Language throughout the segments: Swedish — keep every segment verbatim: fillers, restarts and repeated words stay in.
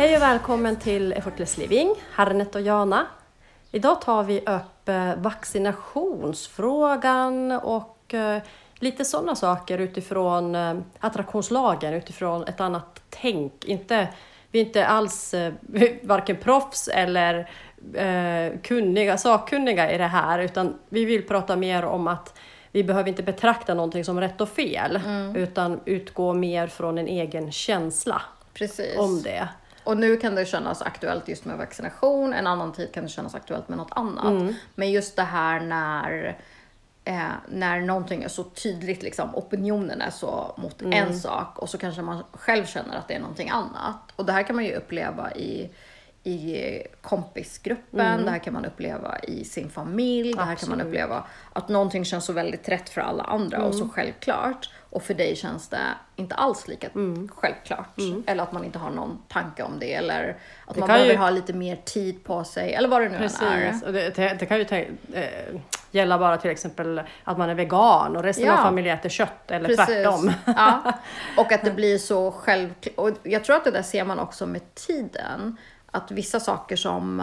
Hej och välkommen till Effortless Living, Harnet och Jana. Idag tar vi upp vaccinationsfrågan och lite sådana saker utifrån attraktionslagen, utifrån ett annat tänk. Inte, vi är inte alls varken proffs eller eh, kunniga, sakkunniga i det här, utan vi vill prata mer om att vi behöver inte betrakta någonting som rätt och fel, mm. utan utgå mer från en egen känsla. Precis. Om det. Och nu kan det kännas aktuellt just med vaccination. En annan tid kan det kännas aktuellt med något annat. Mm. Men just det här när, eh, när någonting är så tydligt, liksom, opinionen är så mot mm. en sak. Och så kanske man själv känner att det är någonting annat. Och det här kan man ju uppleva i, i kompisgruppen. Mm. Det här kan man uppleva i sin familj. Absolut. Det här kan man uppleva att någonting känns så väldigt rätt för alla andra. Mm. Och så självklart. Och för dig känns det inte alls lika mm. självklart. Mm. Eller att man inte har någon tanke om det. Eller att det man behöver ju ha lite mer tid på sig. Eller vad det nu Precis. är. Och det, det, det kan ju te- äh, gälla bara till exempel att man är vegan. Och resten ja. av familjen äter kött. Eller Precis. tvärtom. Ja. Och att det blir så självklart. Och jag tror att det där ser man också med tiden. Att vissa saker som,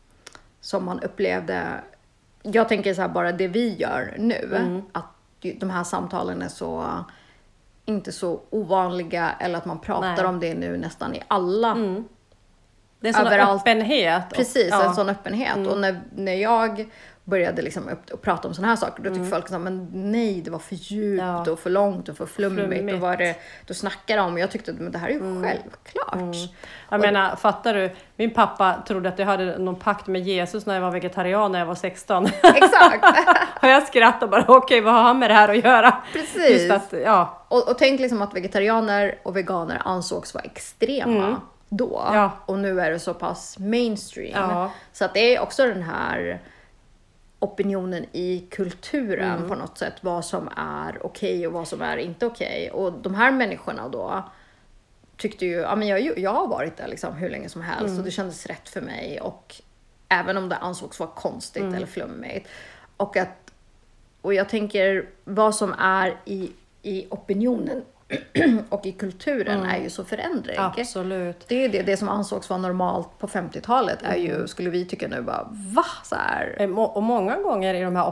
som man upplevde. Jag tänker så här, bara det vi gör nu. Mm. Att de här samtalen är så inte så ovanliga, eller att man pratar Nej. om det nu nästan i alla mm. det är en sån öppenhet. Precis, ja. en sån öppenhet. Mm. Och när, när jag började liksom upp och prata om såna här saker, då tyckte mm. folk så här, men nej, det var för djupt ja. och för långt och för flummigt, flummigt. och vad det du snackar om. Jag tyckte att det här är ju mm. självklart. Mm. Jag och, menar, fattar du? Min pappa trodde att jag hade någon pakt med Jesus när jag var vegetarian när jag var sexton. Exakt. Och jag skrattade bara, okej, okay, vad har han med det här att göra? Precis. Just att, ja. och, och tänk liksom att vegetarianer och veganer ansågs vara extrema. Mm. då. Ja. Och nu är det så pass mainstream. Ja. Så att det är också den här opinionen i kulturen mm. på något sätt. Vad som är okej okay och vad som är inte okej. Okay. Och de här människorna då tyckte ju, ja men jag, jag har varit där liksom hur länge som helst. Mm. Och det kändes rätt för mig. Och även om det ansågs vara konstigt mm. eller flummigt. Och att, och jag tänker vad som är i, i opinionen och i kulturen mm. är ju så förändring. Absolut. Det är det, det som ansågs vara normalt på femtiotalet är ju, mm. skulle vi tycka nu bara, va? Så här. Och många gånger i de här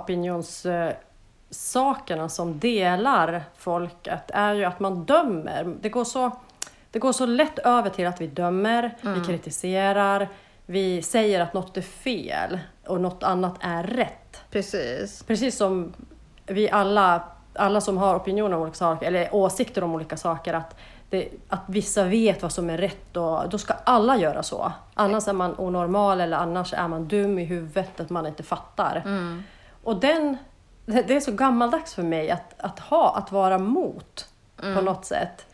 opinionssakerna som delar folket är ju att man dömer. Det går så, det går så lätt över till att vi dömer, mm. vi kritiserar, vi säger att något är fel och något annat är rätt. Precis. Precis som vi alla alla som har opinioner om olika saker, eller åsikter om olika saker, att, det, att vissa vet vad som är rätt, och då ska alla göra så. Annars är man onormal, eller annars är man dum i huvudet, att man inte fattar. Mm. Och den, det är så gammaldags för mig att, att ha, att vara mot mm. på något sätt.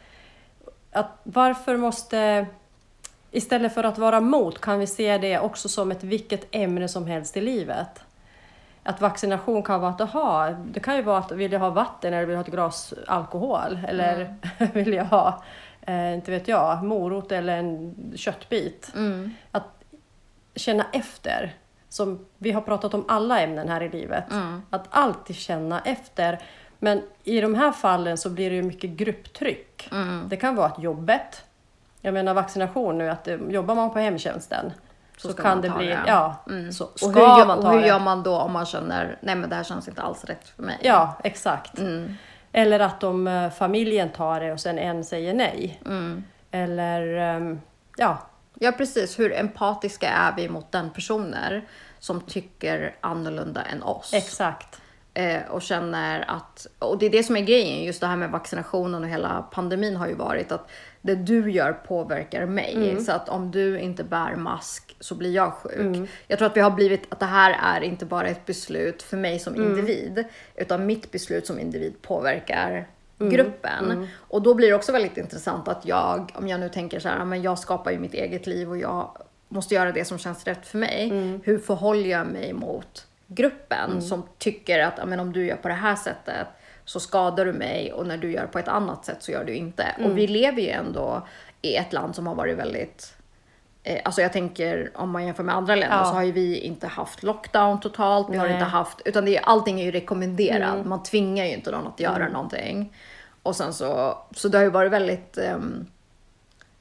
Att varför måste, istället för att vara mot, kan vi se det också som ett vilket ämne som helst i livet. Att vaccination kan vara att aha, det kan ju vara att vill jag ha vatten eller vill jag ha ett glas alkohol. Eller mm. vill jag ha, eh, inte vet jag, morot eller en köttbit. Mm. Att känna efter. Som vi har pratat om alla ämnen här i livet. Mm. Att alltid känna efter. Men i de här fallen så blir det ju mycket grupptryck. Mm. Det kan vara att jobbet. Jag menar vaccination nu, att jobbar man på hemtjänsten. Så, så kan det bli, det. ja, mm. så ska och hur, man ta och hur det. gör man då om man känner, nej men det här känns inte alls rätt för mig. Ja, exakt. Mm. Eller att om familjen tar det och sen en säger nej. Mm. Eller, um, ja. Ja, precis. Hur empatiska är vi mot den personer som tycker annorlunda än oss? Exakt. Eh, och känner att, och det är det som är grejen, just det här med vaccinationen och hela pandemin har ju varit att det du gör påverkar mig. Mm. Så att om du inte bär mask så blir jag sjuk. Mm. Jag tror att vi har blivit, att det här är inte bara ett beslut för mig som individ. Mm. Utan mitt beslut som individ påverkar mm. gruppen. Mm. Och då blir det också väldigt intressant att jag, om jag nu tänker så här, men jag skapar ju mitt eget liv och jag måste göra det som känns rätt för mig. Mm. Hur förhåller jag mig mot gruppen mm. som tycker att men om du gör på det här sättet så skadar du mig, och när du gör på ett annat sätt så gör du inte. Mm. Och vi lever ju ändå i ett land som har varit väldigt, eh, alltså jag tänker om man jämför med andra länder ja. så har ju vi inte haft lockdown totalt, vi Nej. har inte haft, utan det är, allting är ju rekommenderat, mm. man tvingar ju inte någon att göra mm. någonting. Och sen så, så det har ju varit väldigt um,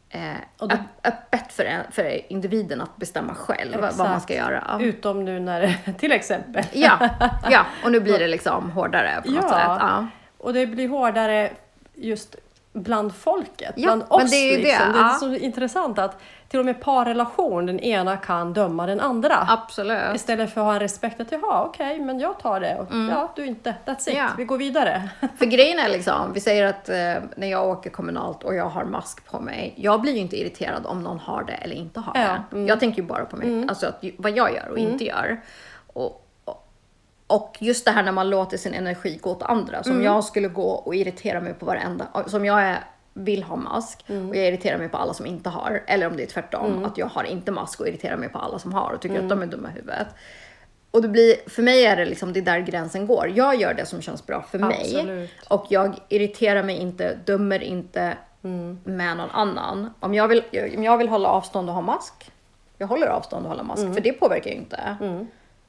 eh, Och det- öppet för, en, för individen att bestämma själv Exakt. vad man ska göra. Utom nu när, till exempel. Ja, ja, och nu blir det liksom hårdare på något Ja. sätt. Ja. Och det blir hårdare just bland folket, Ja, bland men oss. det är ju det, liksom. det är ja. så intressant att till och med parrelation, den ena kan döma den andra. Absolut. Istället för att ha en respekt att jaha, okej, okay, men jag tar det. Och, ja, du inte. That's it. Ja. Vi går vidare. För grejen är liksom, vi säger att eh, när jag åker kommunalt och jag har mask på mig, jag blir ju inte irriterad om någon har det eller inte har Ja, det. mm. Jag tänker ju bara på mig, Mm. alltså att, vad jag gör och inte gör. Och, och, och just det här när man låter sin energi gå åt andra, som Mm. jag skulle gå och irritera mig på varenda, som jag är, vill ha mask Mm. och jag irriterar mig på alla som inte har, eller om det är tvärtom, att jag har inte mask och irriterar mig på alla som har och tycker att de är dumma i huvudet. Och det blir, för mig är det liksom, det är där gränsen går. Jag gör det som känns bra för mig. Absolut. Och jag irriterar mig inte, dömer inte Mm. med någon annan. Om jag, vill, om jag vill hålla avstånd och ha mask, jag håller avstånd och håller mask. Mm. För det påverkar ju inte Mm.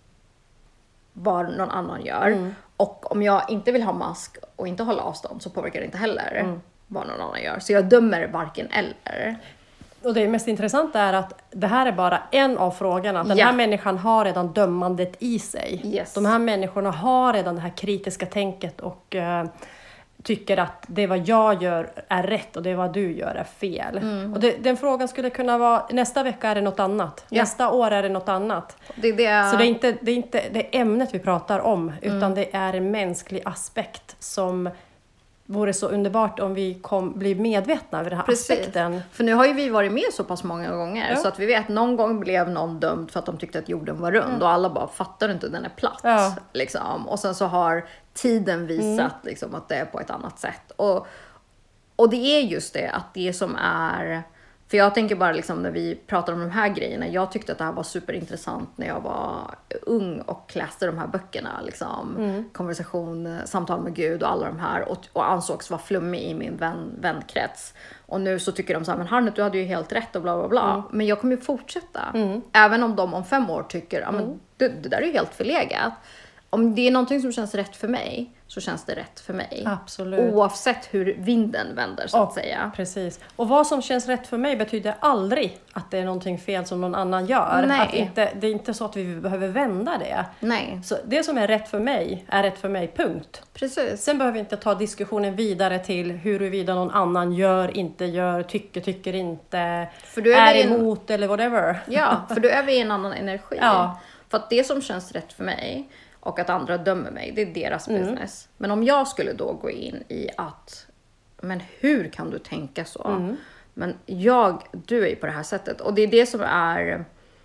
vad någon annan gör. Mm. Och om jag inte vill ha mask och inte hålla avstånd så påverkar det inte heller Mm. vad någon annan gör. Så jag dömer varken eller. Och det mest intressanta är att det här är bara en av frågorna. Den Ja. här människan har redan dömandet i sig. Yes. De här människorna har redan det här kritiska tänket och eh, tycker att det vad jag gör är rätt och det vad du gör är fel. Mm. Och det, den frågan skulle kunna vara, nästa vecka är det något annat. Ja. Nästa år är det något annat. Det är det... Så det är inte det, är inte det ämnet vi pratar om, utan Mm. det är en mänsklig aspekt som vore så underbart om vi kom, blir medvetna över den här Precis. aspekten. För nu har ju vi varit med så pass många gånger Ja. så att vi vet någon gång blev någon dömd för att de tyckte att jorden var rund och alla bara fattar inte, den är platt. Ja. Liksom. Och sen så har tiden visat liksom, att det är på ett annat sätt. Och, och det är just det, att det som är... För jag tänker bara liksom, när vi pratar om de här grejerna, jag tyckte att det här var superintressant när jag var ung och läste de här böckerna. Liksom, Mm. konversation, samtal med Gud och alla de här. Och, och ansågs vara flummig i min vän, vänkrets. Och nu så tycker de så här, men Harriet, du hade ju helt rätt och bla bla bla. Mm. Men jag kommer ju fortsätta. Mm. Även om de om fem år tycker, ja men Mm. det, det där är ju helt förlegat. Om det är någonting som känns rätt för mig, så känns det rätt för mig. Absolut. Oavsett hur vinden vänder så att Och- säga. Precis. Och vad som känns rätt för mig betyder aldrig att det är någonting fel som någon annan gör. Nej. Att inte, det är inte så att vi behöver vända det. Nej, Så det som är rätt för mig är rätt för mig, punkt. precis. Sen behöver vi inte ta diskussionen vidare till huruvida någon annan gör, inte gör, tycker, tycker inte, För du är är vi i en- emot eller whatever. Ja, för då är vi i en annan energi. Ja. För att det som känns rätt för mig och att andra dömer mig, det är deras Mm. business. Men om jag skulle då gå in i att, men hur kan du tänka så? Mm. Men jag, du är ju på det här sättet. Och det är det som är,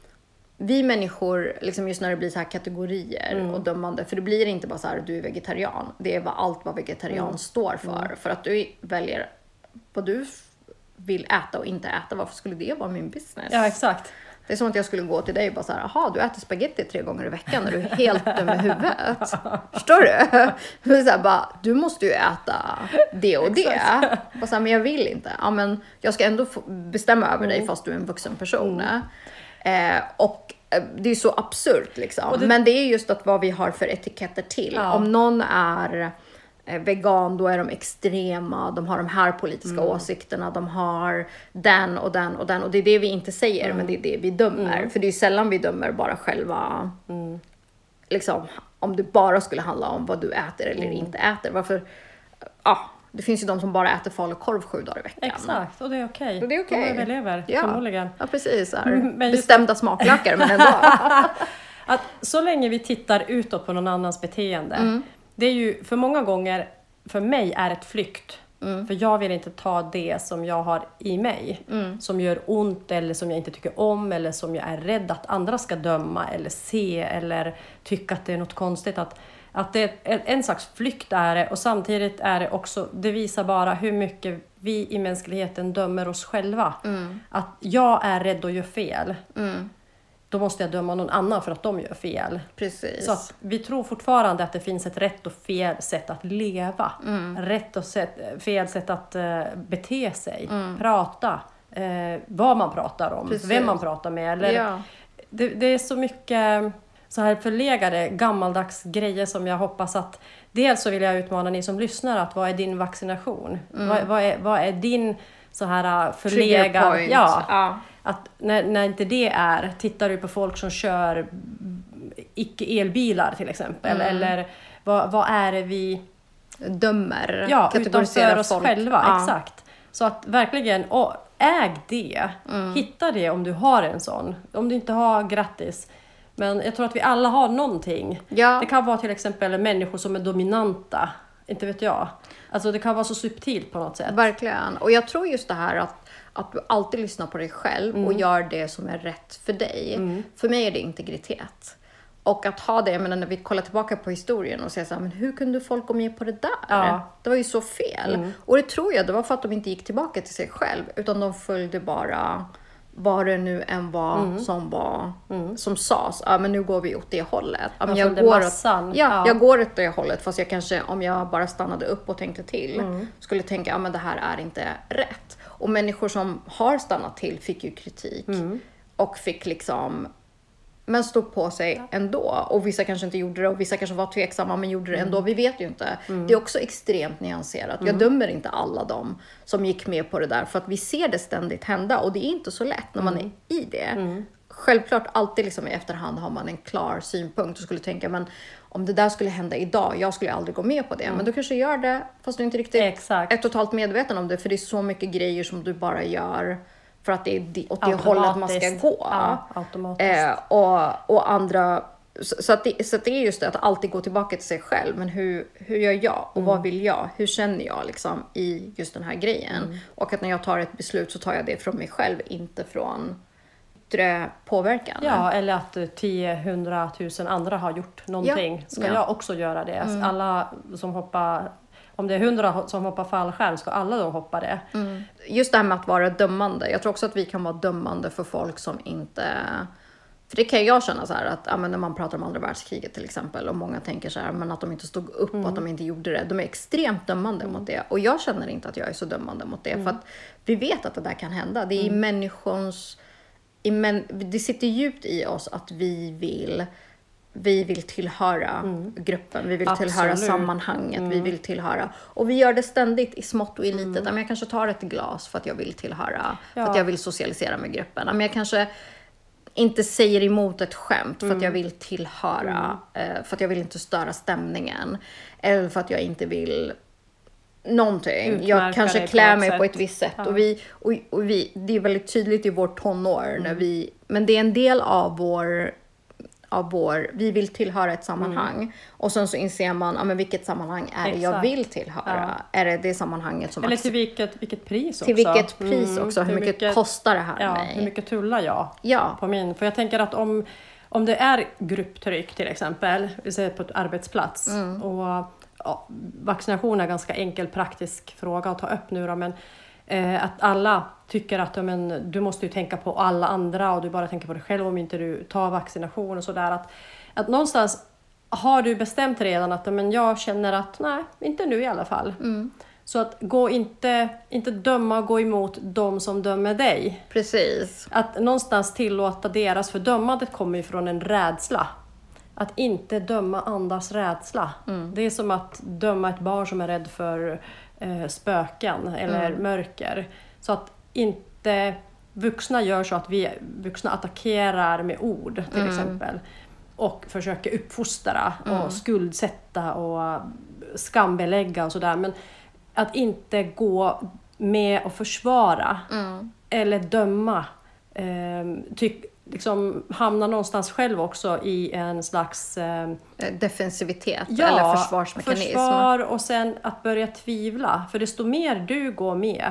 vi människor, liksom just när det blir så här kategorier Mm. och dömande. För det blir inte bara så här, du är vegetarian. Det är vad allt vad vegetarian Mm. står för. För att du väljer vad du f- vill äta och inte äta. Varför skulle det vara min business? Ja, exakt. Det är som att jag skulle gå till dig och bara så här, aha, du äter spaghetti tre gånger i veckan när du är helt dum i huvudet. Förstår du? Det är så här, bara, du måste ju äta det och det. Bara så här, men jag vill inte. Ja, men jag ska ändå få bestämma över dig fast du är en vuxen person. Eh, och eh, det är så absurt liksom. Och det- Men det är just att vad vi har för etiketter till. Ja. Om någon är eh, vegan, då är de extrema, de har de här politiska åsikterna, de har den och den och den, och det är det vi inte säger, men det är det vi dömer, för det är ju sällan vi dömer bara själva, liksom, om det bara skulle handla om vad du äter eller inte äter, varför, ja, det finns ju de som bara äter falukorv sju dagar i veckan. Exakt, och det är okej. Och det är okej. De överlever, Ja. förmodligen. Ja, precis, så här, Mm, men just- bestämda smaklökar, men ändå. Att så länge vi tittar utåt på någon annans beteende, Mm. det är ju för många gånger, för mig är ett flykt. Mm. För jag vill inte ta det som jag har i mig, Mm. som gör ont eller som jag inte tycker om eller som jag är rädd att andra ska döma eller se eller tycka att det är något konstigt. Att, att det är en, en slags flykt är det, och samtidigt är det också, det visar bara hur mycket vi i mänskligheten dömer oss själva. Mm. Att jag är rädd och gör fel. Mm. Då måste jag döma någon annan för att de gör fel. Precis. Så att vi tror fortfarande att det finns ett rätt och fel sätt att leva. Mm. Rätt och sätt, fel sätt att uh, bete sig. Mm. Prata. Uh, vad man pratar om. Precis. Vem man pratar med. Eller, Ja. det, det är så mycket... så här förlegade gammaldags grejer som jag hoppas att... Dels så vill jag utmana ni som lyssnar att vad är din vaccination? Mm. Vad, vad, är, vad är din så här förlegad... Ja, ja. Att när, när inte det är, tittar du på folk som kör icke-elbilar till exempel. Mm. Eller vad, vad är det vi... Dömer, ja, utanför oss folk. Själva, ja. Exakt. Så att verkligen, och äg det. Mm. Hitta det om du har en sån. Om du inte har, grattis. Men jag tror att vi alla har någonting. Ja. Det kan vara till exempel människor som är dominanta. Inte vet jag. Alltså det kan vara så subtilt på något sätt. Verkligen. Och jag tror just det här att, att du alltid lyssnar på dig själv. Mm. Och gör det som är rätt för dig. Mm. För mig är det integritet. Och att ha det, jag menar, när vi kollar tillbaka på historien och säger så här, men hur kunde folk gå med på det där? Ja. Det var ju så fel. Mm. Och det tror jag, det var för att de inte gick tillbaka till sig själv. Utan de följde bara vad det nu än var mm. som var mm. som sades. Ja, men nu går vi åt det hållet. Ja, men jag, går åt, ja, ja. jag går åt det hållet. Fast jag kanske, om jag bara stannade upp och tänkte till. Mm. Skulle tänka, ja men det här är inte rätt. Och människor som har stannat till fick ju kritik. Mm. Och fick liksom... Men stod på sig ändå. Och vissa kanske inte gjorde det. Och vissa kanske var tveksamma men gjorde det ändå. Mm. Vi vet ju inte. Mm. Det är också extremt nyanserat. Mm. Jag dömer inte alla dem som gick med på det där. För att vi ser det ständigt hända. Och det är inte så lätt när man mm. är i det. Mm. Självklart alltid liksom i efterhand har man en klar synpunkt. Och skulle tänka, men om det där skulle hända idag. Jag skulle aldrig gå med på det. Mm. Men du kanske gör det. Fast du inte riktigt Exakt. är totalt medveten om det. För det är så mycket grejer som du bara gör... För att det är åt det hållet man ska gå. Ja, automatiskt. Eh, och, och andra... Så, så, att det, så att det är just det att alltid gå tillbaka till sig själv. Men hur, hur gör jag? Och mm. vad vill jag? Hur känner jag liksom i just den här grejen? Mm. Och att när jag tar ett beslut så tar jag det från mig själv. Inte från yttre påverkan. Ja, eller att tio, hundra tusen andra har gjort någonting. Ja. Ska ja. jag också göra det? Mm. Alla som hoppar... Om det är hundra som hoppar fallskärm ska alla de hoppa det. Mm. Just det här med att vara dömande. Jag tror också att vi kan vara dömande för folk som inte... För det kan jag känna så här att ja, men när man pratar om andra världskriget till exempel. Och många tänker så här men att de inte stod upp mm. och att de inte gjorde det. De är extremt dömande mm. mot det. Och jag känner inte att jag är så dömande mot det. Mm. För att vi vet att det där kan hända. Det är mm. i människors... I män, det sitter djupt i oss att vi vill... Vi vill tillhöra mm. gruppen, vi vill Absolut. tillhöra sammanhanget, mm. vi vill tillhöra. Och vi gör det ständigt i smått och i litet. Mm. Jag kanske tar ett glas för att jag vill tillhöra, ja. för att jag vill socialisera med gruppen. Jag kanske inte säger emot ett skämt för mm. att jag vill tillhöra, mm. för att jag vill inte störa stämningen. Eller för att jag inte vill någonting. Utmärka jag kanske klär mig sätt. på ett visst sätt. Ja. Och vi, och, och vi, det är väldigt tydligt i vårt tonår. Mm. När vi, men det är en del av vår... av vår, vi vill tillhöra ett sammanhang. Mm. Och sen så inser man, ja men vilket sammanhang är det jag vill tillhöra? Ja. Är det det sammanhanget som... Eller till vilket, vilket pris också. Till vilket pris mm. också. Hur, hur mycket, mycket kostar det här ja, mig? Hur mycket tullar jag ja. på min... För jag tänker att om, om det är grupptryck till exempel, vi säger på ett arbetsplats. Mm. Och ja, vaccination är en ganska enkel praktisk fråga att ta upp nu då, men Eh, att alla tycker att ja, men, du måste ju tänka på alla andra och du bara tänker på dig själv om inte du tar vaccination och sådär. Att, att någonstans har du bestämt redan att men jag känner att nej, inte nu i alla fall. Mm. Så att gå inte, inte döma och gå emot de som dömer dig. Precis. Att någonstans tillåta deras, för dömandet kommer ju från en rädsla. Att inte döma andras rädsla. Mm. Det är som att döma ett barn som är rädd för eh, spöken eller mm. mörker. Så att inte vuxna gör så att vi vuxna attackerar med ord till mm. exempel. Och försöker uppfostra mm. och skuldsätta och skambelägga och sådär. Men att inte gå med och försvara mm. eller döma. Eh, tyck, liksom hamna någonstans själv också i en slags eh, defensivitet ja, eller försvarsmekanism. Försvar och sen att börja tvivla. För desto mer du går med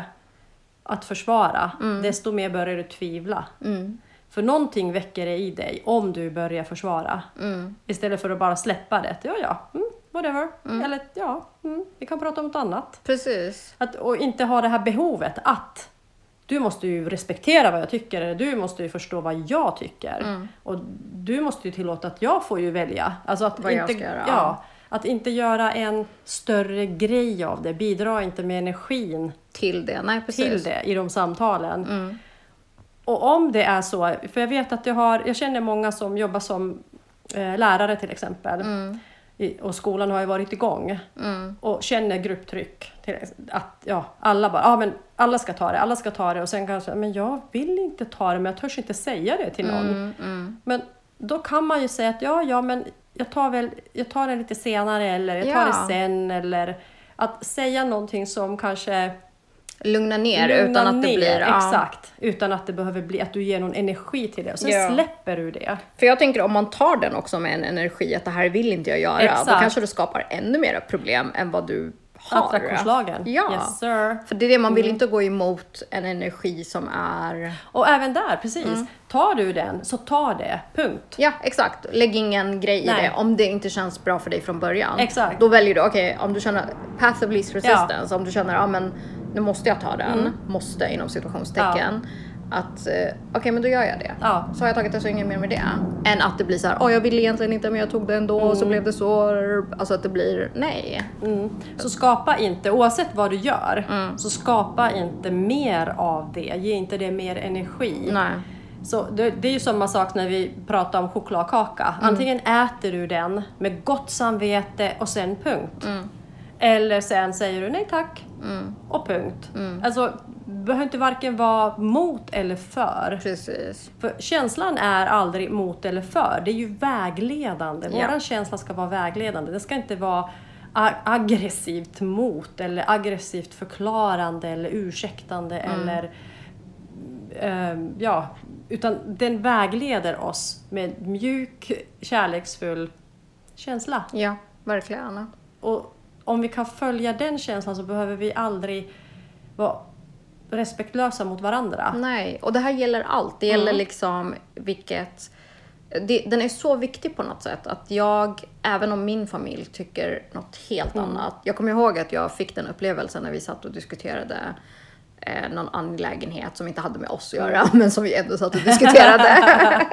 att försvara, mm. desto mer börjar du tvivla. Mm. För någonting väcker det i dig om du börjar försvara. Mm. Istället för att bara släppa det. Ja, ja, mm, whatever. Mm. Eller ja, mm, vi kan prata om något annat. Precis. Att, och inte ha det här behovet att du måste ju respektera vad jag tycker. Eller du måste ju förstå vad jag tycker. Mm. Och du måste ju tillåta att jag får ju välja. Alltså att vad inte, jag ska göra. Ja, att inte göra en större grej av det. Bidra inte med energin till det. Nej, precis. Till det i de samtalen. Mm. Och om det är så, för jag vet att jag har, jag känner många som jobbar som eh, lärare till exempel. Mm. I, och skolan har ju varit igång. Mm. Och känner grupptryck. Till, att ja, alla bara, ja men alla ska ta det, alla ska ta det. Och sen kanske, men jag vill inte ta det, men jag törs inte säga det till någon. Mm. Mm. Men då kan man ju säga att ja, ja men jag tar väl, jag tar det lite senare eller jag tar Ja. det sen. Eller att säga någonting som kanske Lugna ner lugnar utan att det ner, blir... Ja. exakt. Utan att det behöver bli att du ger någon energi till det. Och sen Ja. släpper du det. För jag tänker om man tar den också med en energi att det här vill inte jag göra. Exakt. Då kanske det skapar ännu mer problem än vad du har. Attraktionslagen. Ja. Yes sir. För det är det, man vill inte gå emot en energi som är... Och även där, precis. Mm. Tar du den så ta det. Punkt. Ja, exakt. Lägg ingen grej Nej. i det om det inte känns bra för dig från början. Exakt. Då väljer du, okej, om du känner path of least resistance, om du känner, ja men nu måste jag ta den, Mm. måste inom situationstecken. Att, eh, okej okay, men då gör jag det. Ja. Så har jag tagit det, så inget mer med det. Än att det blir så här, åh oh, jag ville egentligen inte men jag tog det ändå Mm. och så blev det så. Alltså att det blir, nej. Mm. Så skapa inte, oavsett vad du gör, Mm. så skapa inte mer av det. Ge inte det mer energi. Nej. Så det, det är ju samma sak när vi pratar om chokladkaka. Mm. Antingen äter du den med gott samvete och sen punkt. Mm. Eller sen säger du nej tack Mm. och punkt. Mm. Alltså, det behöver inte varken vara mot eller för. Precis. För känslan är aldrig mot eller för. Det är ju vägledande. Ja. Våran känsla ska vara vägledande. Det ska inte vara ag- aggressivt mot eller aggressivt förklarande eller ursäktande Mm. eller ehm, ja, utan den vägleder oss med mjuk, kärleksfull känsla. Ja, verkligen. Och om vi kan följa den känslan så behöver vi aldrig vara respektlösa mot varandra. Nej, och det här gäller allt. Det gäller Mm. liksom vilket... Det, den är så viktig på något sätt att jag, även om min familj tycker något helt Mm. annat. Jag kommer ihåg att jag fick den upplevelsen när vi satt och diskuterade eh, någon angelägenhet som inte hade med oss att göra, Mm. men som vi ändå satt och diskuterade.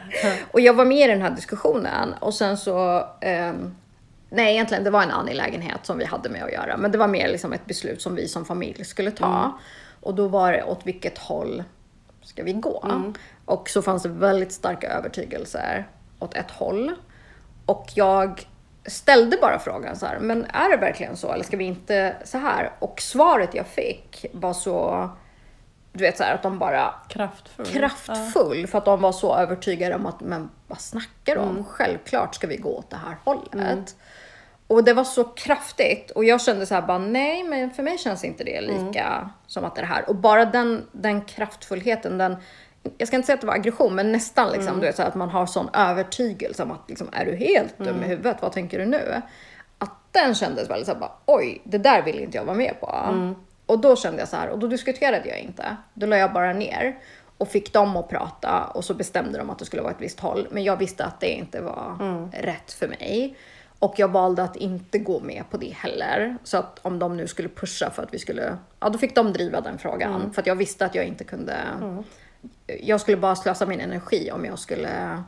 Och jag var med i den här diskussionen och sen så... ehm, Nej, egentligen det var en angelägenhet som vi hade med att göra. Men det var mer liksom ett beslut som vi som familj skulle ta. Mm. Och då var det åt vilket håll ska vi gå? Mm. Och så fanns det väldigt starka övertygelser åt ett håll. Och jag ställde bara frågan så här, men är det verkligen så? Eller ska vi inte så här? Och svaret jag fick var så, du vet så här, att de bara Kraftfull. kraftfull. För att de var så övertygade om att, men vad snackar de om? Mm. Självklart ska vi gå åt det här hållet. Mm. Och det var så kraftigt. Och jag kände så här bara, nej men för mig känns inte det lika Mm. som att det är det här. Och bara den, den kraftfullheten, den, jag ska inte säga att det var aggression, men nästan liksom, Mm. du vet, så här, att man har sån övertygelse om att liksom, är du helt dum Mm. i huvudet? Vad tänker du nu? Att den kändes väldigt så här bara, oj, det där vill inte jag vara med på. Mm. Och då kände jag så här, och då diskuterade jag inte. Då la jag bara ner och fick dem att prata och så bestämde de att det skulle vara ett visst håll. Men jag visste att det inte var Mm. rätt för mig. Och jag valde att inte gå med på det heller. Så att om de nu skulle pusha för att vi skulle, ja då fick de driva den frågan. Mm. För att jag visste att jag inte kunde, Mm. jag skulle bara slösa min energi om jag skulle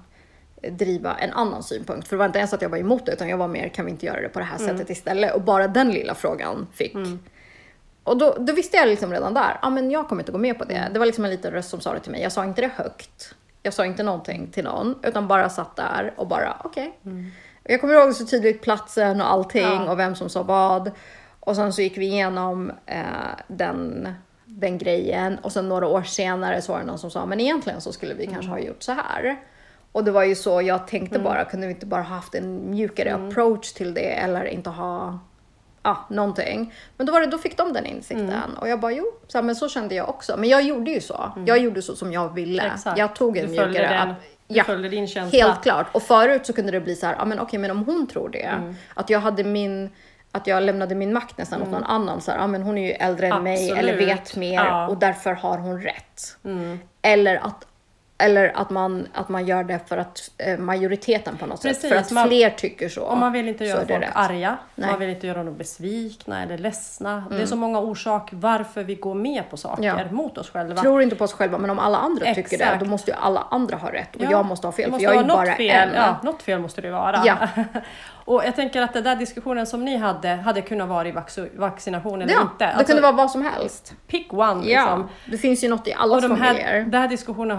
driva en annan synpunkt. För det var inte ens att jag var emot det, utan jag var mer, kan vi inte göra det på det här Mm. sättet istället? Och bara den lilla frågan fick. Mm. Och då, då visste jag liksom redan där, ja ah, men jag kommer inte gå med på det. Mm. Det var liksom en liten röst som sa det till mig. Jag sa inte det högt. Jag sa inte någonting till någon, utan bara satt där och bara okej. Okay. Mm. Jag kommer ihåg så tydligt platsen och allting Ja. och vem som sa vad. Och sen så gick vi igenom eh, den, den grejen. Och sen några år senare så var det någon som sa, men egentligen så skulle vi Mm. kanske ha gjort så här. Och det var ju så, jag tänkte Mm. bara, kunde vi inte bara haft en mjukare Mm. approach till det eller inte ha ja, någonting. Men då, var det, då fick de den insikten. Mm. Och jag bara, jo, så, här, men så kände jag också. Men jag gjorde ju så. Mm. Jag gjorde så som jag ville. Exakt. Jag tog en Du följde mjukare den. app. Du Ja, följde din känsla. helt klart. Och förut så kunde det bli så här, ja men okej, men om hon tror det. Mm. Att jag hade min, att jag lämnade min makt nästan åt Mm. någon annan. Så här, ja men hon är ju äldre än mig Absolut. eller vet mer Ja. och därför har hon rätt. Mm. Eller att Eller att man, att man gör det för att eh, majoriteten på något Precis, sätt. För att man- fler tycker så. Och man vill inte så göra är det folk rätt. arga. Nej. Man vill inte göra dem besvikna eller ledsna. Det är Mm. så många orsaker varför vi går med på saker Ja. mot oss själva. Tror inte på oss själva, men om alla andra tycker det, Exakt. då måste ju alla andra ha rätt. Och Ja, jag måste ha fel, det för måste jag är vara ju något bara fel. en. Ja, något fel måste det vara. Ja. Och jag tänker att den där diskussionen som ni hade, hade kunnat vara i vac- vaccination eller Ja, inte. det Alltså, kunde vara vad som helst. pick one Ja, liksom. det finns ju något i Och allas de familjer. här, den här diskussionen har ju säkert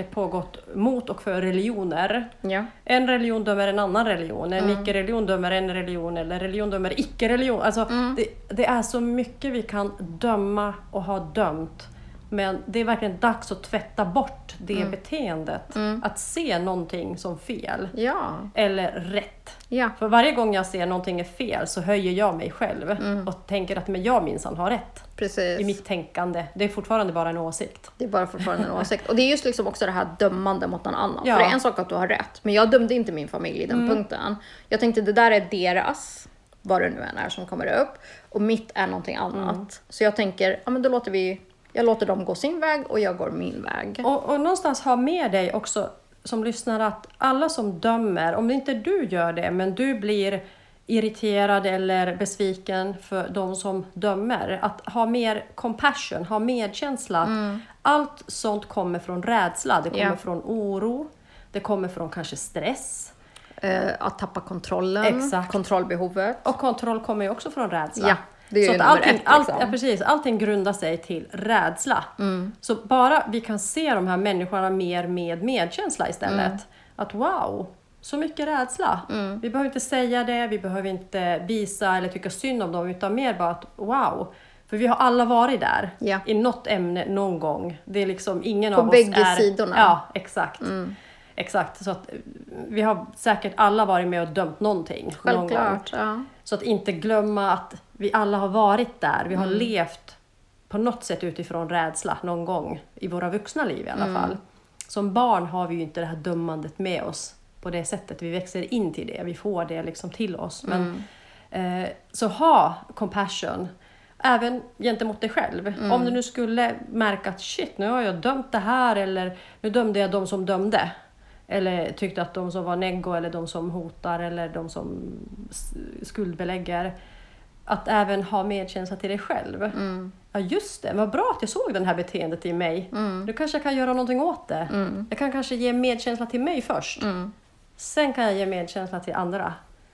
pågått mot och för religioner. Ja. En religion dömer en annan religion. En Mm. icke-religion dömer en religion. Eller religion dömer icke-religion. Alltså, Mm. det, det är så mycket vi kan döma och ha dömt. Men det är verkligen dags att tvätta bort det Mm. beteendet. Mm. Att se någonting som fel. Ja. Eller rätt. Ja. För varje gång jag ser någonting är fel så höjer jag mig själv. Mm. Och tänker att men jag minsann har rätt. Precis. I mitt tänkande. Det är fortfarande bara en åsikt. Det är bara fortfarande en åsikt. Och det är just liksom också det här dömande mot någon annan. Ja. För det är en sak att du har rätt. Men jag dömde inte min familj i den Mm. punkten. Jag tänkte det där är deras, vad det nu än är som kommer upp. Och mitt är någonting annat. Mm. Så jag tänker, ja men då låter vi, jag låter dem gå sin väg och jag går min väg. Och, och någonstans ha med dig också som lyssnar att alla som dömer, om inte du gör det men du blir irriterad eller besviken för de som dömer, att ha mer compassion, ha medkänsla. Mm. Allt sånt kommer från rädsla, det kommer Ja. från oro, det kommer från kanske stress. Eh, att tappa kontrollen, Exakt. kontrollbehovet. Och kontroll kommer ju också från rädsla. Ja, det är ju så att nummer allting, ett, allt, liksom. ja, precis, allting grundar sig till rädsla. Mm. Så bara vi kan se de här människorna mer med medkänsla istället. Mm. Att wow, så mycket rädsla. Mm. Vi behöver inte säga det, vi behöver inte visa eller tycka synd om dem, utan mer bara att wow. För vi har alla varit där Ja. i något ämne någon gång. Det är liksom ingen På av oss bägge är... sidorna. Ja, exakt. Mm. Exakt, så att vi har säkert alla varit med och dömt någonting. Någon gång. Självklart. Ja. Så att inte glömma att vi alla har varit där. Vi har Mm. levt på något sätt utifrån rädsla någon gång i våra vuxna liv i alla Mm. fall. Som barn har vi ju inte det här dömandet med oss på det sättet. Vi växer in till det, vi får det liksom till oss. Men, Mm. eh, så ha compassion. Även gentemot dig själv. Mm. Om du nu skulle märka att shit, nu har jag dömt det här. Eller nu dömde jag de som dömde. Eller tyckte att de som var neggo eller de som hotar eller de som s- skuldbelägger. Att även ha medkänsla till dig själv. Mm. Ja just det, vad bra att jag såg det här beteendet i mig. Mm. Nu kanske jag kan göra någonting åt det. Mm. Jag kan kanske ge medkänsla till mig först. Mm. Sen kan jag ge medkänsla till andra.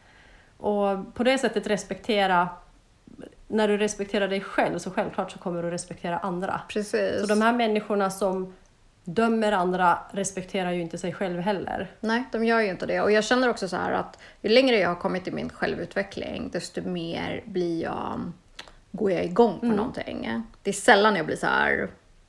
Och på det sättet respektera. När du respekterar dig själv så självklart så kommer du respektera andra. Precis. Så de här människorna som dömer andra respekterar ju inte sig själv heller. Nej, de gör ju inte det. Och jag känner också så här att ju längre jag har kommit i min självutveckling, desto mer blir jag, går jag igång på Mm. någonting. Det är sällan jag blir så här,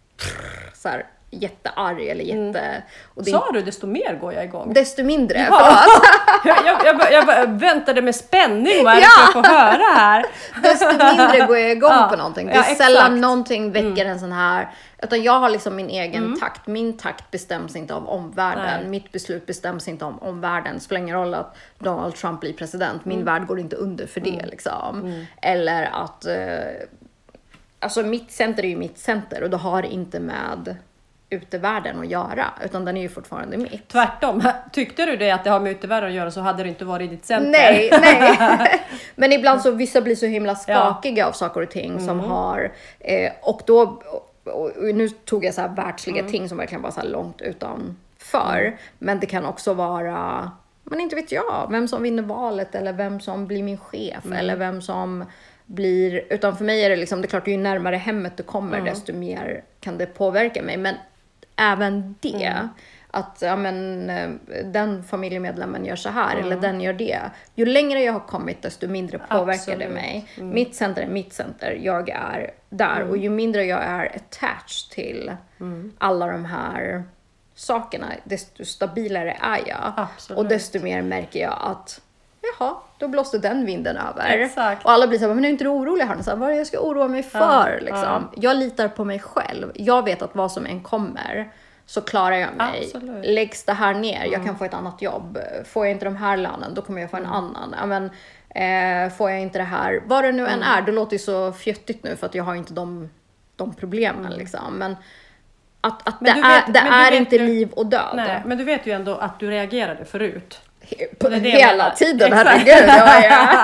så här jättearg eller jätte... Och det är Sa du desto mer går jag igång? desto mindre. Ja. Förlåt. jag, jag, jag, jag bara väntade med spänning vad är det Ja. för att få höra här. Desto mindre går jag igång Ja. på någonting. Det är Ja, exakt. sällan någonting väcker en sån här... Utan jag har liksom min egen Mm. takt. Min takt bestäms inte av omvärlden. Nej. Mitt beslut bestäms inte av omvärlden. Det spelar ingen roll att Donald Trump blir president. Min Mm. värld går inte under för det. Liksom. Eller att... Eh, alltså mitt center är ju mitt center. Och det har inte med utevärlden att göra. Utan den är ju fortfarande mitt. Tvärtom, tyckte du det att det har med utevärlden att göra så hade det inte varit i ditt center. Nej, nej. Men ibland så vissa blir så himla skakiga av saker och ting som har eh, och då och, och nu tog jag så här världsliga ting som verkligen var så här långt utanför. Mm. Men det kan också vara, men inte vet jag, vem som vinner valet eller vem som blir min chef Mm. eller vem som blir, utan för mig är det liksom, det är klart ju närmare hemmet du kommer Mm. desto mer kan det påverka mig. Men även det, Mm. att ja, men, eh, den familjemedlemmen gör så här eller den gör det. Ju längre jag har kommit desto mindre påverkar det Absolut. mig. Mitt center är mitt center, jag är där. Och ju mindre jag är attached till alla de här sakerna, desto stabilare är jag. Absolut. Och desto mer märker jag att jaha, då blåste den vinden över. Exakt. Och alla blir så här, men är inte du orolig här? Så här, vad är det jag ska oroa mig för? Ja, liksom. Jag litar på mig själv. Jag vet att vad som än kommer så klarar jag mig. Absolut. Läggs det här ner, jag kan få ett annat jobb. Får jag inte de här lönen, då kommer jag få en annan. Ja, men, eh, får jag inte det här, vad det nu än är, det låter ju så fjuttigt nu för att jag har inte de, de problemen. Liksom. Men att, att Men det du är, vet- det men du är vet inte ju- liv och död. Nej, men du vet ju ändå att du reagerade förut. På Det är det jag hela menar. tiden, Exakt. herregud. Ja,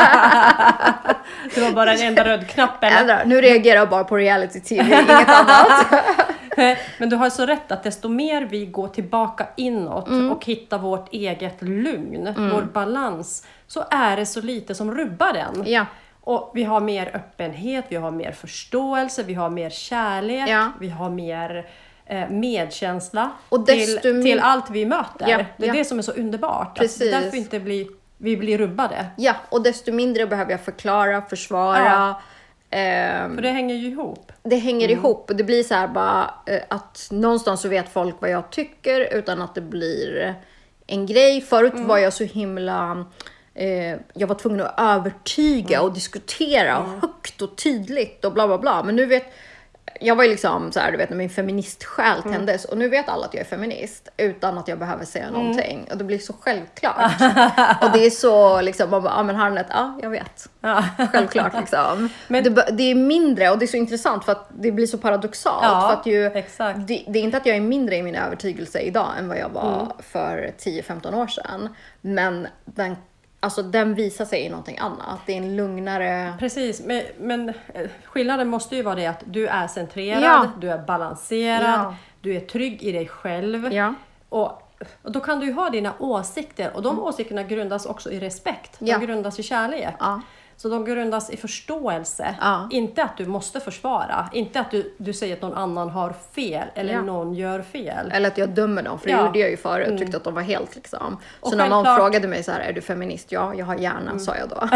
ja. Det var bara en enda röd knapp eller? Ändra. Nu reagerar jag bara på reality T V, inget annat. Men du har så rätt att desto mer vi går tillbaka inåt och hittar vårt eget lugn, vår balans, så är det så lite som rubbar den. Ja. Och vi har mer öppenhet, vi har mer förståelse, vi har mer kärlek, Ja. vi har mer medkänsla och till, min... till allt vi möter. Ja, det är ja. det som är så underbart. Precis. Att därför inte blir, vi blir rubbade. Ja, och desto mindre behöver jag förklara, försvara. Ja. Ehm, För det hänger ju ihop. Det hänger Mm. ihop. Det blir så här bara eh, att någonstans så vet folk vad jag tycker utan att det blir en grej. Förut Mm. var jag så himla... Eh, jag var tvungen att övertyga Mm. och diskutera mm. högt och tydligt och bla bla bla. Men nu vet... Jag var ju liksom så här, du vet, när min feministsjäl tändes. Mm. Och nu vet alla att jag är feminist utan att jag behöver säga mm. någonting. Och det blir så självklart. Och det är så liksom, man bara, ja men Harnet, ja jag vet. Ja. Självklart liksom. Men det, det är mindre och det är så intressant för att det blir så paradoxalt. Ja, för att ju, exakt. Det, det är inte att jag är mindre i min övertygelse idag än vad jag var Mm. för tio femton år sedan. Men den Alltså den visar sig i någonting annat. Det är en lugnare... Precis, men, men skillnaden måste ju vara det att du är centrerad, Ja. du är balanserad, Ja. du är trygg i dig själv. Ja. Och, och då kan du ju ha dina åsikter och de mm. åsikterna grundas också i respekt. De Ja. grundas i kärlek. Ja. Så de grundas i förståelse. Ja. Inte att du måste försvara. Inte att du, du säger att någon annan har fel eller Ja. någon gör fel. Eller att jag dömer dem, för det Ja. gjorde jag ju förut. Jag tyckte att de var helt liksom. Och Så när någon självklart- frågade mig så här, är du feminist? Ja, jag har hjärnan, sa jag då.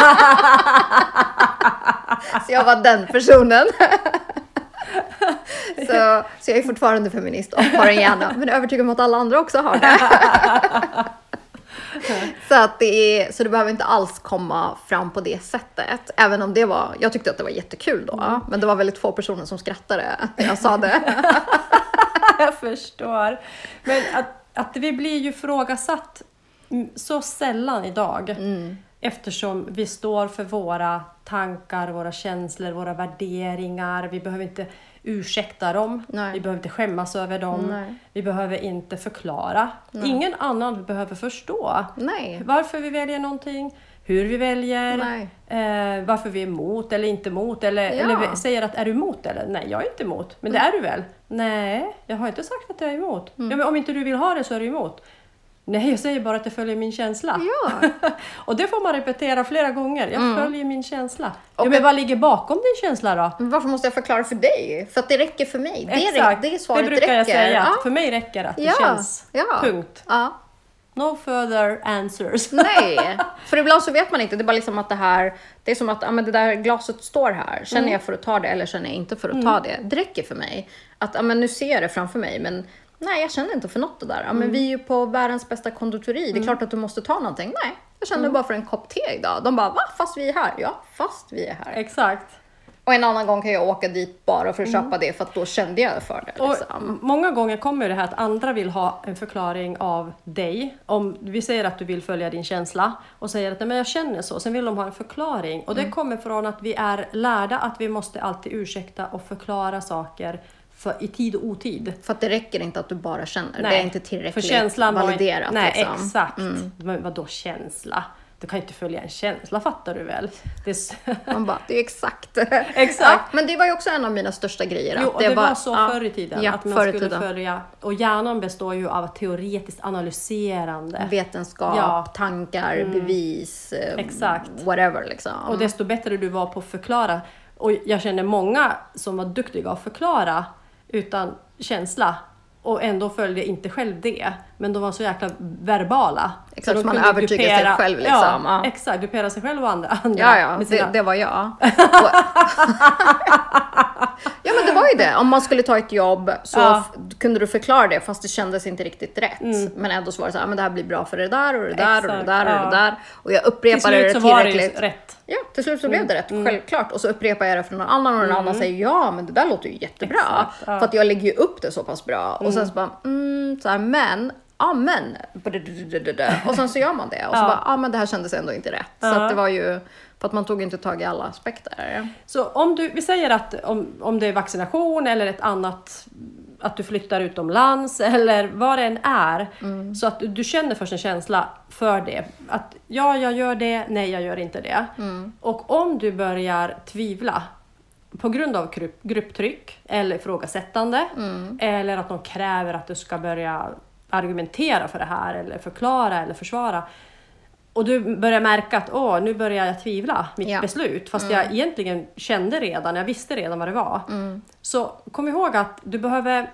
Så jag var den personen. så, så jag är fortfarande feminist och har en hjärna. Men övertygad om att alla andra också har det. Så, att det är, så det behöver inte alls komma fram på det sättet. Även om det var, jag tyckte att det var jättekul då. Mm. Men det var väldigt få personer som skrattade när jag sa det. Jag förstår. Men att, att vi blir ju frågasatt så sällan idag. Mm. Eftersom vi står för våra tankar, våra känslor, våra värderingar. Vi behöver inte ursäkta dem. Nej. Vi behöver inte skämmas över dem. Nej. Vi behöver inte förklara. Nej. Ingen annan behöver förstå. Nej. Varför vi väljer någonting. Hur vi väljer. Nej. Eh, varför vi är emot eller inte emot. Eller, Ja. eller vi säger att är du emot eller? Nej, jag är inte emot. Men det är du väl? Nej, jag har inte sagt att jag är emot. Mm. Ja, men om inte du vill ha det så är du emot. Nej, jag säger bara att jag följer min känsla. Ja. Och det får man repetera flera gånger. Jag Mm. följer min känsla. Och Ja, men vad ligger bakom din känsla då? Men varför måste jag förklara för dig? För att det räcker för mig. Det, Exakt, det, det svaret det brukar jag räcker. säga. Att Ja. för mig räcker att det Ja. känns. Ja. Punkt. Ja. No further answers. Nej, för ibland så vet man inte. Det är bara liksom att det här, det är som att ja, men det där glaset står här. Känner Mm. jag för att ta det eller känner jag inte för att ta det? Det räcker för mig. Att ja, men nu ser jag det framför mig, men nej, jag känner inte för något det där. Ja, men Mm. vi är ju på världens bästa konditori. Det är klart att du måste ta någonting. Nej, jag känner Mm. bara för en kopp te idag. De bara, va? Fast vi är här? Ja, fast vi är här. Exakt. Och en annan gång kan jag åka dit bara för att köpa det, för att då kände jag för det. Och Liksom. många gånger kommer det här att andra vill ha en förklaring av dig. Om vi säger att du vill följa din känsla och säger att nej, men jag känner så. Sen vill de ha en förklaring. Och det Mm. kommer från att vi är lärda att vi måste alltid ursäkta och förklara saker för, i tid och otid. För att det räcker inte att du bara känner. Nej, Det är inte tillräckligt för känslan var validerat. inte, nej, liksom. exakt. Mm. Men vadå känsla? Du kan ju inte följa en känsla, fattar du väl? Det är s- Man bara, det är exakt. Exakt. Ja, men det var ju också en av mina största grejer. Jo, att och det, bara- var så ja, förr i tiden. Ja, att man förr i skulle tiden. följa. Och hjärnan består ju av teoretiskt analyserande. Vetenskap, Ja. tankar, bevis, eh, Exakt. whatever liksom. Och desto bättre du var på att förklara. Och jag känner många som var duktiga att förklara utan känsla. Och ändå följde inte själv det. Men de var så jäkla verbala. Exakt, de så man kunde övertygar sig dupera- själv, liksom. Ja, Ja. exakt. Dupera sig själv och andra. andra Ja, ja, med det, sina- det var jag. Och, ja, men det var ju det. Om man skulle ta ett jobb så Ja. f- kunde du förklara det fast det kändes inte riktigt rätt. Men ändå så var det så här, men det här blir bra för det där och det där och det Exakt, där och ja. det där. Och jag Till upprepade slut det så var det ju tillräckligt. rätt. Ja, till slut så blev det rätt, självklart. Och så upprepar jag det för någon annan och någon annan säger ja, men det där låter ju jättebra. Exakt, ja. För att jag lägger ju upp det så pass bra. Och sen så bara, mm, så här, men, ja men. Och sen så gör man det. Och så Ja. bara, ja men det här kändes ändå inte rätt. Så Ja. att det var ju, för att man tog inte tag i alla aspekter. Så om du, vi säger att om, om det är vaccination eller ett annat, att du flyttar utomlands eller vad det än är. Mm. Så att du, du känner först en känsla för det. Att ja, jag gör det, nej jag gör inte det. Mm. Och om du börjar tvivla på grund av grupp, grupptryck eller ifrågasättande. Mm. Eller att de kräver att du ska börja argumentera för det här eller förklara eller försvara. Och du börjar märka att åh, nu börjar jag tvivla mitt Ja. beslut. Fast jag egentligen kände redan, jag visste redan vad det var. Mm. Så kom ihåg att du behöver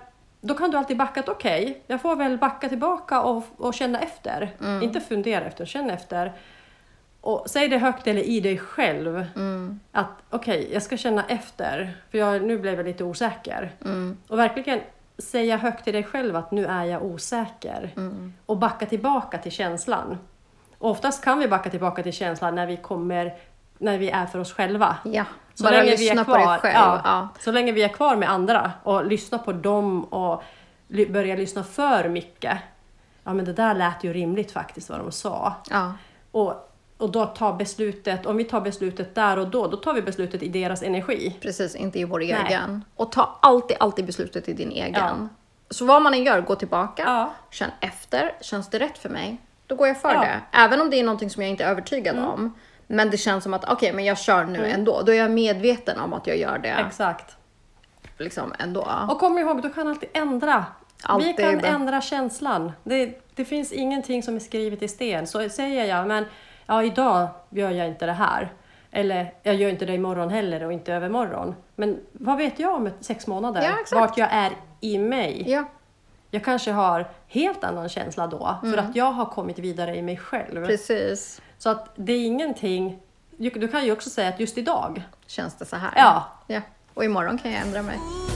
då kan du alltid backa att okej, okay, jag får väl backa tillbaka och, och känna efter. Mm. Inte fundera efter, känna efter. Och säg det högt eller i dig själv. Mm. Att okej, okay, jag ska känna efter. För jag, nu blev jag lite osäker. Mm. Och verkligen säga högt till dig själv att nu är jag osäker. Mm. Och backa tillbaka till känslan. Och oftast kan vi backa tillbaka till känslan när vi kommer, när vi är för oss själva. Ja, så bara länge lyssna vi är kvar, på dig själv. Ja, ja. Så länge vi är kvar med andra och lyssna på dem och ly- börja lyssna för mycket. Ja, men det där lät ju rimligt faktiskt vad de sa. Ja. Och, och då tar beslutet, om vi tar beslutet där och då, då tar vi beslutet i deras energi. Precis, inte i vår Nej. egen. Och ta alltid, alltid beslutet i din egen. Ja. Så vad man än gör, gå tillbaka, ja. Känn efter, känns det rätt för mig? Då går jag för ja. det. Även om det är någonting som jag inte är övertygad mm. om. Men det känns som att, okej, okay, men jag kör nu mm. ändå. Då är jag medveten om att jag gör det. Exakt. Liksom ändå. Och kom ihåg, du kan alltid ändra. Alltid. Vi kan ändra känslan. Det, det finns ingenting som är skrivet i sten. Så säger jag, men ja, idag gör jag inte det här. Eller jag gör inte det imorgon heller och inte övermorgon. Men vad vet jag om sex månader? Ja, exakt. Vart jag är i mig. Ja. Jag kanske har helt annan känsla då. Mm. För att jag har kommit vidare i mig själv. Precis. Så att det är ingenting. Du kan ju också säga att just idag känns det så här. Ja. ja. Och imorgon kan jag ändra mig.